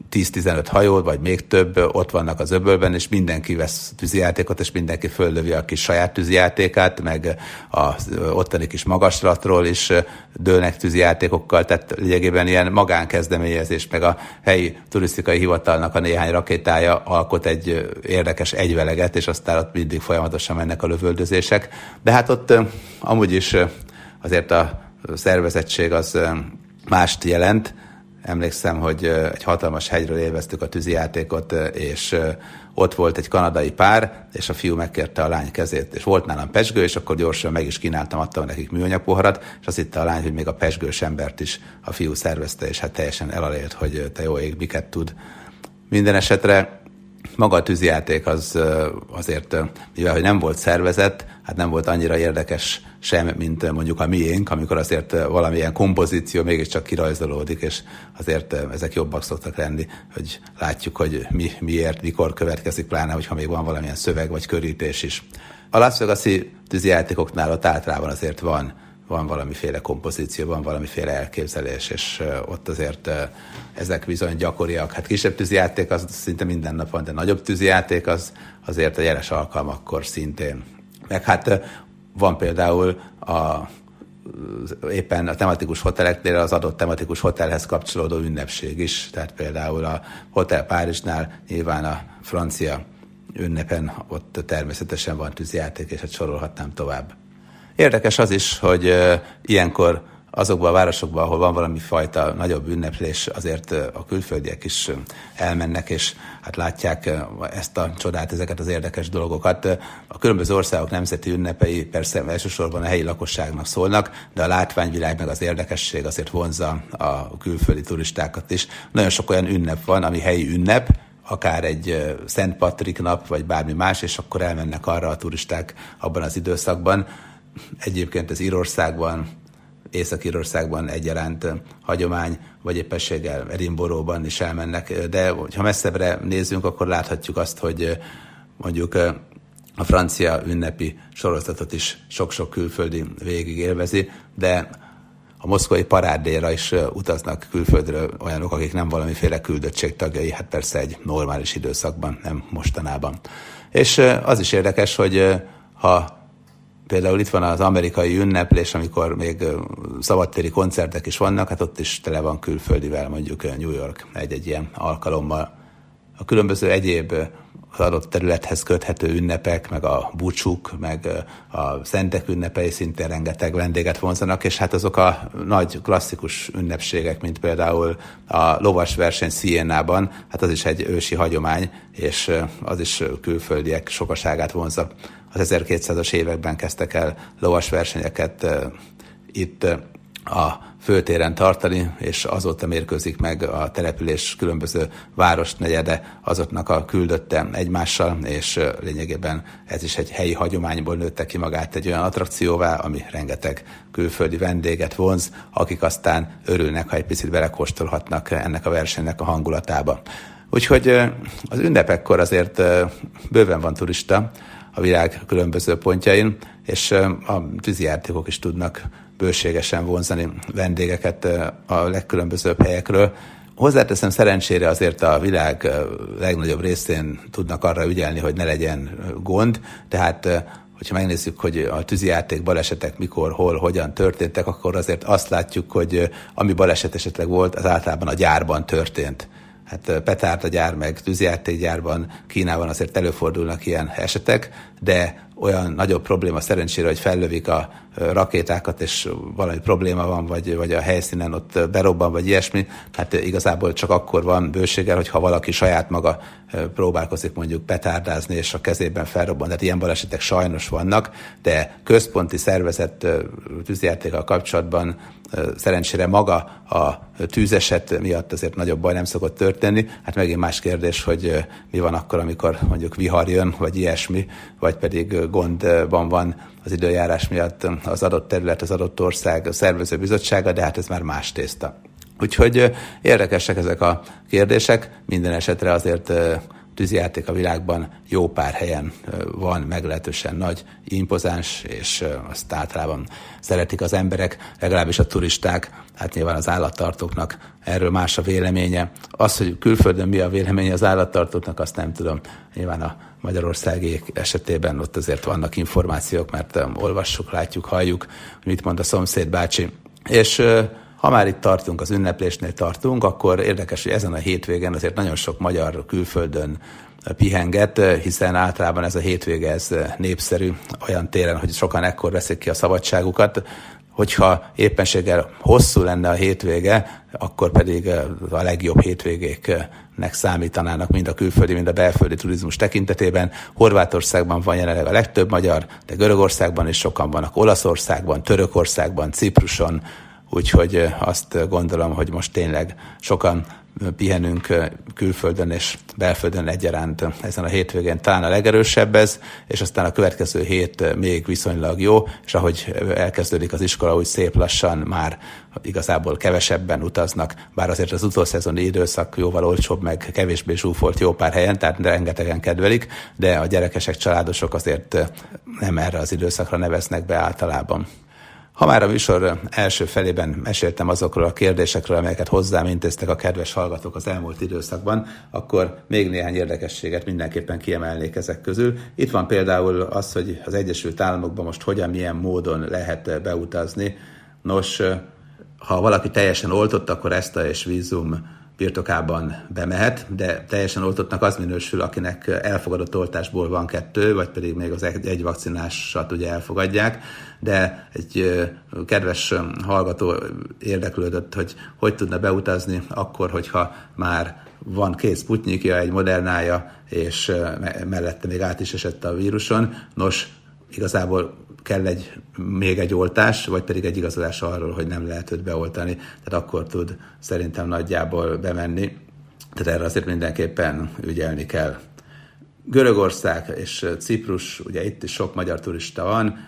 10-15 hajó, vagy még több ott vannak az öbölben, és mindenki vesz tűzijátékot, és mindenki föllövi a kis saját tűzijátékát, meg az ottani kis magaslatról is dőlnek tűzijátékokkal, tehát lényegében ilyen magánkezdeményezés, meg a helyi turisztikai hivatalnak a néhány rakétája alkot egy érdekes egyveleget, és aztán ott mindig folyamatosan mennek a lövöldözések. De hát ott amúgy is azért a szervezettség az mást jelent. Emlékszem, hogy egy hatalmas hegyről élveztük a tűzijátékot, és ott volt egy kanadai pár, és a fiú megkérte a lány kezét, és volt nálam pezsgő, és akkor gyorsan meg is kínáltam, adtam nekik műanyag poharat, és azt hitte a lány, hogy még a pezsgős embert is a fiú szervezte, és hát teljesen elalélt, hogy te jó ég, miket tud. Minden esetre maga a tűzijáték az azért, mivel hogy nem volt szervezett, hát nem volt annyira érdekes sem, mint mondjuk a miénk, amikor azért valamilyen kompozíció mégiscsak kirajzolódik, és azért ezek jobbak szoktak lenni, hogy látjuk, hogy miért, mikor következik, pláne, hogyha még van valamilyen szöveg vagy körítés is. A Las Vegas-i tűzijátékoknál ott általában azért van valamiféle kompozíció, van valamiféle elképzelés, és ott azért ezek bizony gyakoriak. Hát kisebb tűzijáték az szinte minden nap van, de nagyobb tűzijáték az azért a jeles alkalmakkor szintén. Meg hát van például éppen a tematikus hoteleknél az adott tematikus hotelhez kapcsolódó ünnepség is. Tehát például a Hotel Párizsnál nyilván a francia ünnepen ott természetesen van tűzijáték, és hát sorolhatnám tovább. Érdekes az is, hogy ilyenkor azokban a városokban, ahol van valami fajta nagyobb ünneplés, azért a külföldiek is elmennek, és hát látják ezt a csodát, ezeket az érdekes dolgokat. A különböző országok nemzeti ünnepei persze elsősorban a helyi lakosságnak szólnak, de a látványvilág meg az érdekesség azért vonzza a külföldi turistákat is. Nagyon sok olyan ünnep van, ami helyi ünnep, akár egy Szent Patrik nap, vagy bármi más, és akkor elmennek arra a turisták abban az időszakban. Egyébként ez Írországban, Észak-Írországban egyaránt hagyomány, vagy éppenséggel Edinburghban is elmennek, de ha messzebbre nézzünk, akkor láthatjuk azt, hogy mondjuk a francia ünnepi sorozatot is sok-sok külföldi végig élvezi, de a moszkvai parádéra is utaznak külföldről olyanok, akik nem valamiféle küldöttség tagjai, hát persze egy normális időszakban, nem mostanában. És az is érdekes, hogy ha például itt van az amerikai ünneplés, amikor még szabadtéri koncertek is vannak, hát ott is tele van külföldivel, mondjuk New York egy ilyen alkalommal. A különböző egyéb az adott területhez köthető ünnepek, meg a búcsúk, meg a szentek ünnepei szintén rengeteg vendéget vonzanak, és hát azok a nagy klasszikus ünnepségek, mint például a lovas verseny Sienában, hát az is egy ősi hagyomány, és az is külföldiek sokaságát vonzza. Az 1200-as években kezdtek el lovasversenyeket itt a főtéren tartani, és azóta mérkőzik meg a település különböző városnegyede azoknak a küldötte egymással, és lényegében ez is egy helyi hagyományból nőtte ki magát egy olyan attrakcióvá, ami rengeteg külföldi vendéget vonz, akik aztán örülnek, ha egy picit belekóstolhatnak ennek a versenynek a hangulatába. Úgyhogy az ünnepekkor azért bőven van turista a világ különböző pontjain, és a tűzijátékok is tudnak bőségesen vonzani vendégeket a legkülönbözőbb helyekről. Hozzáteszem, szerencsére azért a világ legnagyobb részén tudnak arra ügyelni, hogy ne legyen gond, tehát hogyha megnézzük, hogy a tűzijáték balesetek mikor, hol, hogyan történtek, akkor azért azt látjuk, hogy ami baleset esetleg volt, az általában a gyárban történt. Hát petárdagyár meg tűzijátékgyárban, Kínában azért előfordulnak ilyen esetek, de olyan nagyobb probléma szerencsére, hogy fellövik a rakétákat, és valami probléma van, vagy a helyszínen ott berobban, vagy ilyesmi, hát igazából csak akkor van bőséggel, hogyha valaki saját maga próbálkozik mondjuk petárdázni, és a kezében felrobban. Tehát ilyen balesetek sajnos vannak, de központi szervezett tűzijátékkal kapcsolatban szerencsére maga a tűzeset miatt azért nagyobb baj nem szokott történni. Hát megint más kérdés, hogy mi van akkor, amikor mondjuk vihar jön, vagy ilyesmi, vagy pedig gondban van az időjárás miatt az adott terület, az adott ország a szervező bizottsága, de hát ez már más tészta. Úgyhogy érdekesek ezek a kérdések, minden esetre azért tűzijáték a világban jó pár helyen van, meglehetősen nagy, impozáns, és azt általában szeretik az emberek, legalábbis a turisták, hát nyilván az állattartóknak erről más a véleménye. Az, hogy külföldön mi a véleménye az állattartóknak, azt nem tudom. Nyilván a magyarországi esetében ott azért vannak információk, mert olvassuk, látjuk, halljuk, hogy mit mond a szomszéd bácsi. És ha már itt tartunk, az ünneplésnél tartunk, akkor érdekes, hogy ezen a hétvégen azért nagyon sok magyar külföldön pihenget, hiszen általában ez a hétvége ez népszerű olyan téren, hogy sokan ekkor veszik ki a szabadságukat. Hogyha éppenséggel hosszú lenne a hétvége, akkor pedig a legjobb hétvégéknek számítanának mind a külföldi, mind a belföldi turizmus tekintetében. Horvátországban van jelenleg a legtöbb magyar, de Görögországban is sokan vannak, Olaszországban, Törökországban, Cipruson, úgyhogy azt gondolom, hogy most tényleg sokan pihenünk külföldön és belföldön egyaránt ezen a hétvégén. Talán a legerősebb ez, és aztán a következő hét még viszonylag jó, és ahogy elkezdődik az iskola, úgy szép lassan már igazából kevesebben utaznak, bár azért az utószezoni időszak jóval olcsóbb, meg kevésbé zsúfolt jó pár helyen, tehát rengetegen kedvelik, de a gyerekesek, családosok azért nem erre az időszakra neveznek be általában. Ha már a műsor első felében meséltem azokról a kérdésekről, amelyeket hozzám intéztek a kedves hallgatók az elmúlt időszakban, akkor még néhány érdekességet mindenképpen kiemelnék ezek közül. Itt van például az, hogy az Egyesült Államokban most hogyan, milyen módon lehet beutazni. Nos, ha valaki teljesen oltott, akkor ESTA és vízum birtokában bemehet, de teljesen oltottnak az minősül, akinek elfogadott oltásból van 2, vagy pedig még az egy vakcinásat ugye elfogadják, de egy kedves hallgató érdeklődött, hogy tudna beutazni akkor, hogyha már van 2 Sputnikja, egy Modernája, és mellette még át is esett a víruson. Nos, igazából kell még egy oltás, vagy pedig egy igazolás arról, hogy nem lehet őt beoltani, tehát akkor tud szerintem nagyjából bemenni. Tehát erre azért mindenképpen ügyelni kell. Görögország és Ciprus, ugye itt is sok magyar turista van,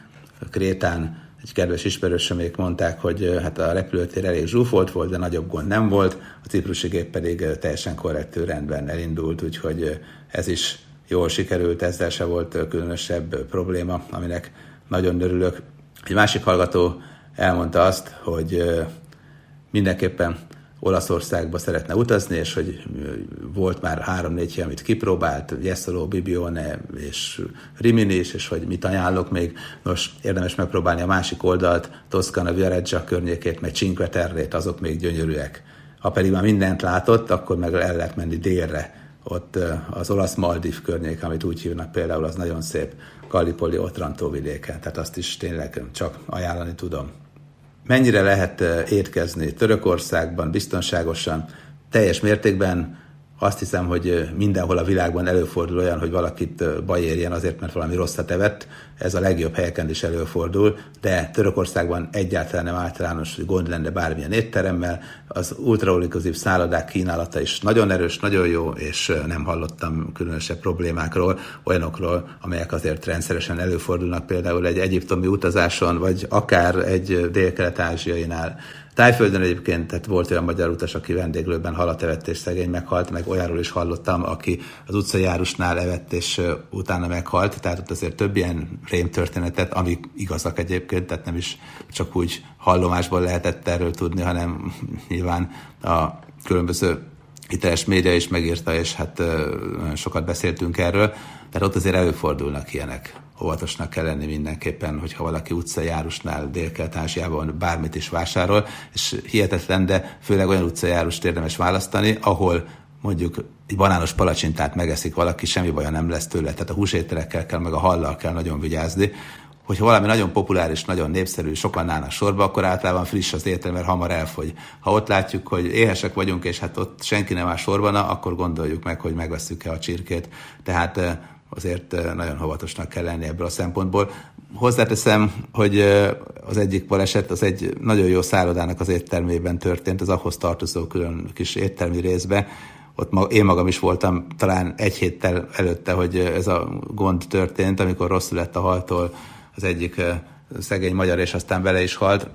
Krétán egy kedves ismerősömék mondták, hogy hát a repülőtér elég zsúfolt volt, de nagyobb gond nem volt, a ciprusi gép pedig teljesen korrektül rendben elindult, úgyhogy ez is jól sikerült, ezzel se volt különösebb probléma, aminek nagyon örülök. Egy másik hallgató elmondta azt, hogy mindenképpen Olaszországba szeretne utazni, és hogy volt már 3-4 hely, amit kipróbált, Jesolo, Bibione és Rimini is, és hogy mit ajánlok még. Nos, érdemes megpróbálni a másik oldalt, Toszkana, Viareggio környékét, meg Cinque Terrét, azok még gyönyörűek. Ha pedig már mindent látott, akkor meg el lehet menni délre. Ott az olasz Maldív környék, amit úgy hívnak például, az nagyon szép, Gallipoli, Otranto vidéken, tehát azt is tényleg csak ajánlani tudom. Mennyire lehet étkezni Törökországban biztonságosan? Teljes mértékben azt hiszem, hogy mindenhol a világban előfordul olyan, hogy valakit baj érjen azért, mert valami rosszat evett. Ez a legjobb helyeken is előfordul, de Törökországban egyáltalán nem általános, hogy gond lenne bármilyen étteremmel. Az ultrainkluzív szállodák kínálata is nagyon erős, nagyon jó, és nem hallottam különösebb problémákról, olyanokról, amelyek azért rendszeresen előfordulnak például egy egyiptomi utazáson, vagy akár egy dél-kelet-ázsiainál. Tájföldön egyébként tehát volt olyan magyar utas, aki vendéglőben halat evett és szegény meghalt, meg olyanról is hallottam, aki az utcajárusnál evett és utána meghalt, tehát ott azért több ilyen rémtörténetet, amik igazak egyébként, tehát nem is csak úgy hallomásból lehetett erről tudni, hanem nyilván a különböző hiteles média is megírta, és hát nagyon sokat beszéltünk erről, tehát ott azért előfordulnak ilyenek. Óvatosnak kell lenni mindenképpen, hogyha valaki utcajárusnál Dél-Kelet-Ázsiában bármit is vásárol, és hihetetlen, de főleg olyan utcajárust érdemes választani, ahol mondjuk egy banános palacsintát megeszik valaki, semmi baja nem lesz tőle, tehát a húsételekkel kell, meg a hallal kell nagyon vigyázni. Hogyha valami nagyon populáris, nagyon népszerű, sokan állnak sorba, akkor általában friss az étel, mert hamar elfogy. Ha ott látjuk, hogy éhesek vagyunk, és hát ott senki nem áll sorban, akkor gondoljuk meg, hogy megvesszük-e a csirkét. Tehát azért nagyon óvatosnak kell lenni ebből a szempontból. Hozzáteszem, hogy az egyik baleset az egy nagyon jó szállodának az éttermében történt, az ahhoz tartozó külön kis éttermi részbe. Ott én magam is voltam talán egy héttel előtte, hogy ez a gond történt, amikor rosszul lett a haltól az egyik szegény magyar, és aztán vele is halt.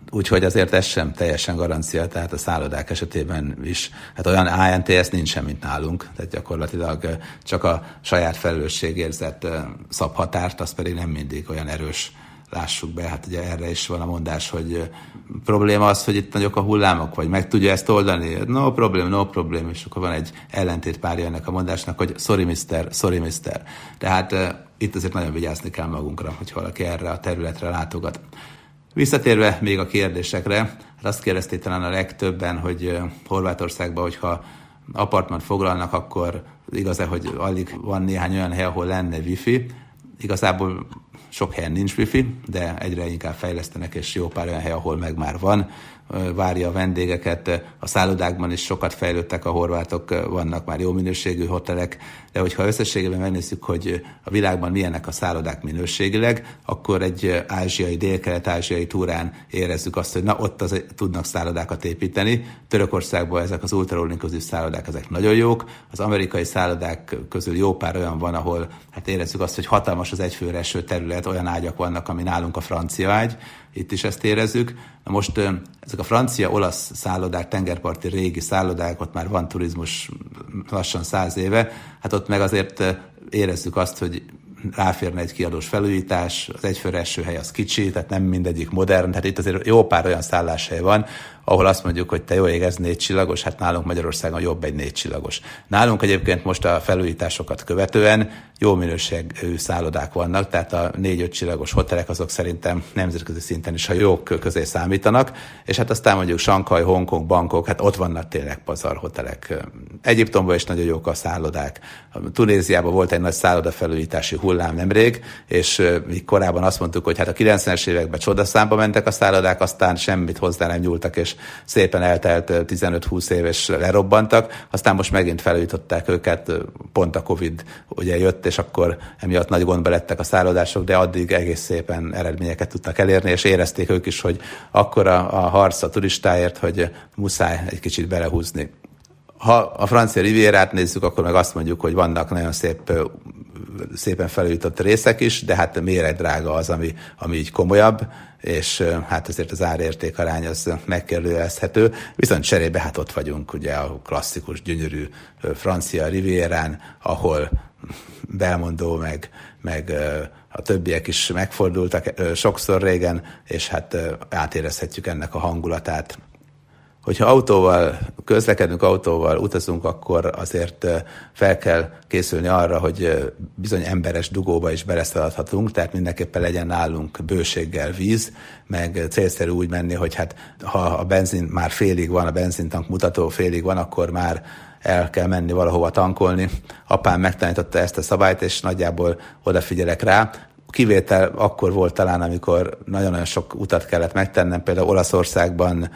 Úgyhogy azért ez sem teljesen garancia, tehát a szállodák esetében is. Hát olyan ANTS nincsen, mint nálunk, tehát gyakorlatilag csak a saját felelősségérzet szab határt, az pedig nem mindig olyan erős. Lássuk be, hát ugye erre is van a mondás, hogy probléma az, hogy itt nagyok a hullámok, vagy meg tudja ezt oldani? No problem, és akkor van egy ellentétpárja ennek a mondásnak, hogy sorry mister. Tehát itt azért nagyon vigyázni kell magunkra, hogy valaki erre a területre látogat. Visszatérve még a kérdésekre, hát azt kérdezték talán a legtöbben, hogy Horvátországban, hogyha apartmant foglalnak, akkor igaz-e, hogy alig van néhány olyan hely, ahol lenne wifi. Igazából sok helyen nincs wifi, de egyre inkább fejlesztenek, és jó pár olyan hely, ahol meg már van. Várja a vendégeket, a szállodákban is sokat fejlődtek a horvátok, vannak már jó minőségű hotelek, de hogyha összességében megnézzük, hogy a világban milyenek a szállodák minőségileg, akkor egy dél-kelet-ázsiai túrán érezzük azt, hogy na ott tudnak szállodákat építeni. Törökországban ezek az ultra-all-inclusive szállodák, ezek nagyon jók. Az amerikai szállodák közül jó pár olyan van, ahol hát érezzük azt, hogy hatalmas az egyfőre eső terület, olyan ágyak vannak, ami nálunk a francia ágy, itt is ezt érezzük. Na most ezek a francia-olasz szállodák, tengerparti régi szállodák, ott már van turizmus lassan 100 éve, hát ott meg azért érezzük azt, hogy ráférne egy kiadós felújítás, az egyfőre eső hely az kicsi, tehát nem mindegyik modern, tehát itt azért jó pár olyan szálláshely van, ahol azt mondjuk, hogy te jó ég, ez 4 csillagos, hát nálunk Magyarországon jobb egy 4 csillagos. Nálunk egyébként most a felújításokat követően jó minőségű szállodák vannak, tehát a 4-5 csillagos hotelek azok szerintem nemzetközi szinten is a jók közé számítanak, és hát aztán mondjuk Sanghaj, Hongkong, Bangkok, hát ott vannak tényleg pazar hotelek. Egyiptomban is nagyon jók a szállodák. Tunéziában volt egy nagy szállodafelújítási hullám nemrég, és mi korábban azt mondtuk, hogy hát a 90-es években csodaszámba mentek a szállodák, aztán semmit hozzá nem nyúltak, és szépen eltelt 15-20 év, és lerobbantak. Aztán most megint felújították őket, pont a Covid ugye jött, és akkor emiatt nagy gondba lettek a szállodások, de addig egész szépen eredményeket tudtak elérni, és érezték ők is, hogy akkora a harc a turistáért, hogy muszáj egy kicsit belehúzni. Ha a francia rivierát nézzük, akkor meg azt mondjuk, hogy vannak nagyon szépen felújított részek is, de hát méretdrága az, ami így komolyabb, és hát azért az árérték arány az megkérdőjelezhető. Viszont cserébe hát ott vagyunk ugye a klasszikus, gyönyörű francia rivierán, ahol Belmondo meg a többiek is megfordultak sokszor régen, és hát átérezhetjük ennek a hangulatát. Hogyha közlekedünk autóval, utazunk, akkor azért fel kell készülni arra, hogy bizony emberes dugóba is beleszaladhatunk, tehát mindenképpen legyen nálunk bőséggel víz, meg célszerű úgy menni, hogy hát ha a benzin már félig van, a benzintank mutató félig van, akkor már el kell menni valahova tankolni. Apám megtanította ezt a szabályt, és nagyjából odafigyelek rá. Kivétel akkor volt talán, amikor nagyon-nagyon sok utat kellett megtennem, például Olaszországban,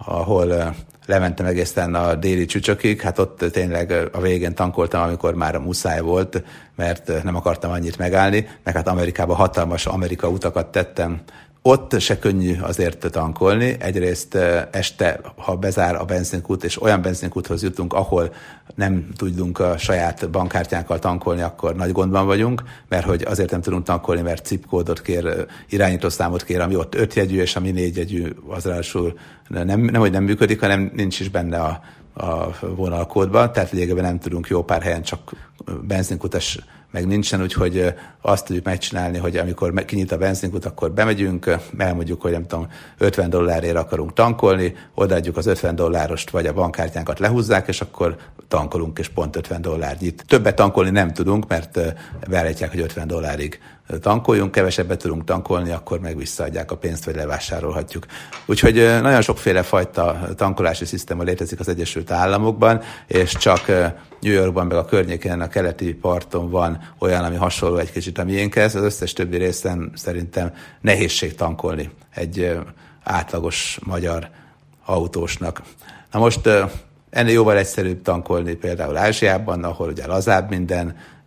ahol lementem egészen a déli csücsökig, hát ott tényleg a végén tankoltam, amikor már muszáj volt, mert nem akartam annyit megállni, meg hát Amerikában hatalmas Amerika utakat tettem. Ott se könnyű azért tankolni. Egyrészt este, ha bezár a benzinkút, és olyan benzinkúthoz jutunk, ahol nem tudunk a saját bankkártyánkkal tankolni, akkor nagy gondban vagyunk, mert hogy azért nem tudunk tankolni, mert chipkódot kér, irányítószámot kér, ami ott 5 jegyű, és ami 4 jegyű, az ráadásul nem működik, hanem nincs is benne a vonalkódban, tehát lényegében nem tudunk jó pár helyen csak benzinkutas meg nincsen, úgyhogy azt tudjuk megcsinálni, hogy amikor kinyit a benzinkút, akkor bemegyünk, elmondjuk, hogy nem tudom, $50 akarunk tankolni, odaadjuk az $50 vagy a bankkártyánkat lehúzzák, és akkor tankolunk, és pont $50 nyit. Többet tankolni nem tudunk, mert beállítják, hogy $50 tankoljunk, kevesebbet tudunk tankolni, akkor meg visszaadják a pénzt, vagy levásárolhatjuk. Úgyhogy nagyon sokféle fajta tankolási szisztéma létezik az Egyesült Államokban, és csak New Yorkban, meg a környéken, a keleti parton van olyan, ami hasonló egy kicsit a miénkhez. Az összes többi részen szerintem nehézség tankolni egy átlagos magyar autósnak. Na most ennél jóval egyszerűbb tankolni például Ázsiában, ahol ugye lazább minden,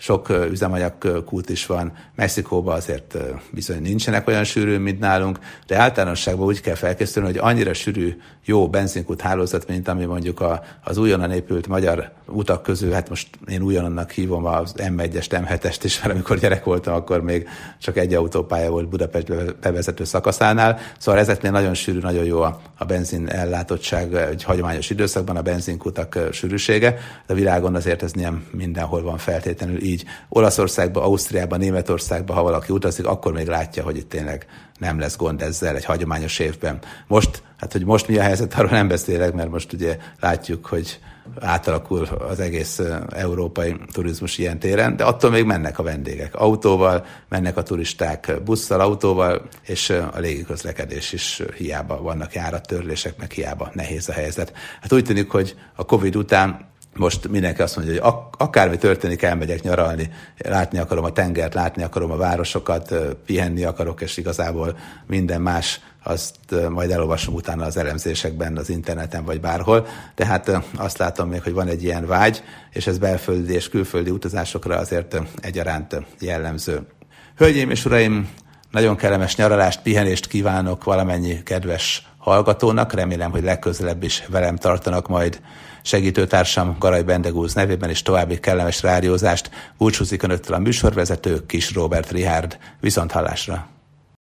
sok üzemanyagkút is van, Mexikóban azért bizony nincsenek olyan sűrűn, mint nálunk, de általánosságban úgy kell felkészülni, hogy annyira sűrű, jó benzinkút hálózat, mint ami mondjuk az újonnan épült magyar utak közül, hát most én újonnannak hívom az M1-est, M7-est is, mert amikor gyerek voltam, akkor még csak egy autópálya volt Budapest bevezető szakaszánál, szóval ezeknél nagyon sűrű, nagyon jó a benzin ellátottság egy hagyományos időszakban, a benzinkutak sűrűsége, de a világon azért ez nem mindenhol van feltétlenül így. Olaszországban, Ausztriában, Németországban, ha valaki utazik, akkor még látja, hogy itt tényleg nem lesz gond ezzel egy hagyományos évben. Most mi a helyzet, arról nem beszélek, mert most ugye látjuk, hogy átalakul az egész európai turizmus ilyen téren, de attól még mennek a vendégek autóval, mennek a turisták busszal, autóval, és a légiközlekedés is hiába vannak járattörlések, meg hiába nehéz a helyzet. Hát úgy tűnik, hogy a Covid után most mindenki azt mondja, hogy akármi történik, elmegyek nyaralni, látni akarom a tengert, látni akarom a városokat, pihenni akarok, és igazából minden más, azt majd elolvasom utána az elemzésekben, az interneten vagy bárhol. Tehát azt látom még, hogy van egy ilyen vágy, és ez belföldi és külföldi utazásokra azért egyaránt jellemző. Hölgyeim és uraim, nagyon kellemes nyaralást, pihenést kívánok valamennyi kedves hallgatónak. Remélem, hogy legközelebb is velem tartanak majd. Segítőtársam Garay Bendegúz nevében is további kellemes rádiózást. Búcsúzik önöktől a műsorvezető, Kis Róbert Richárd. Viszonthallásra!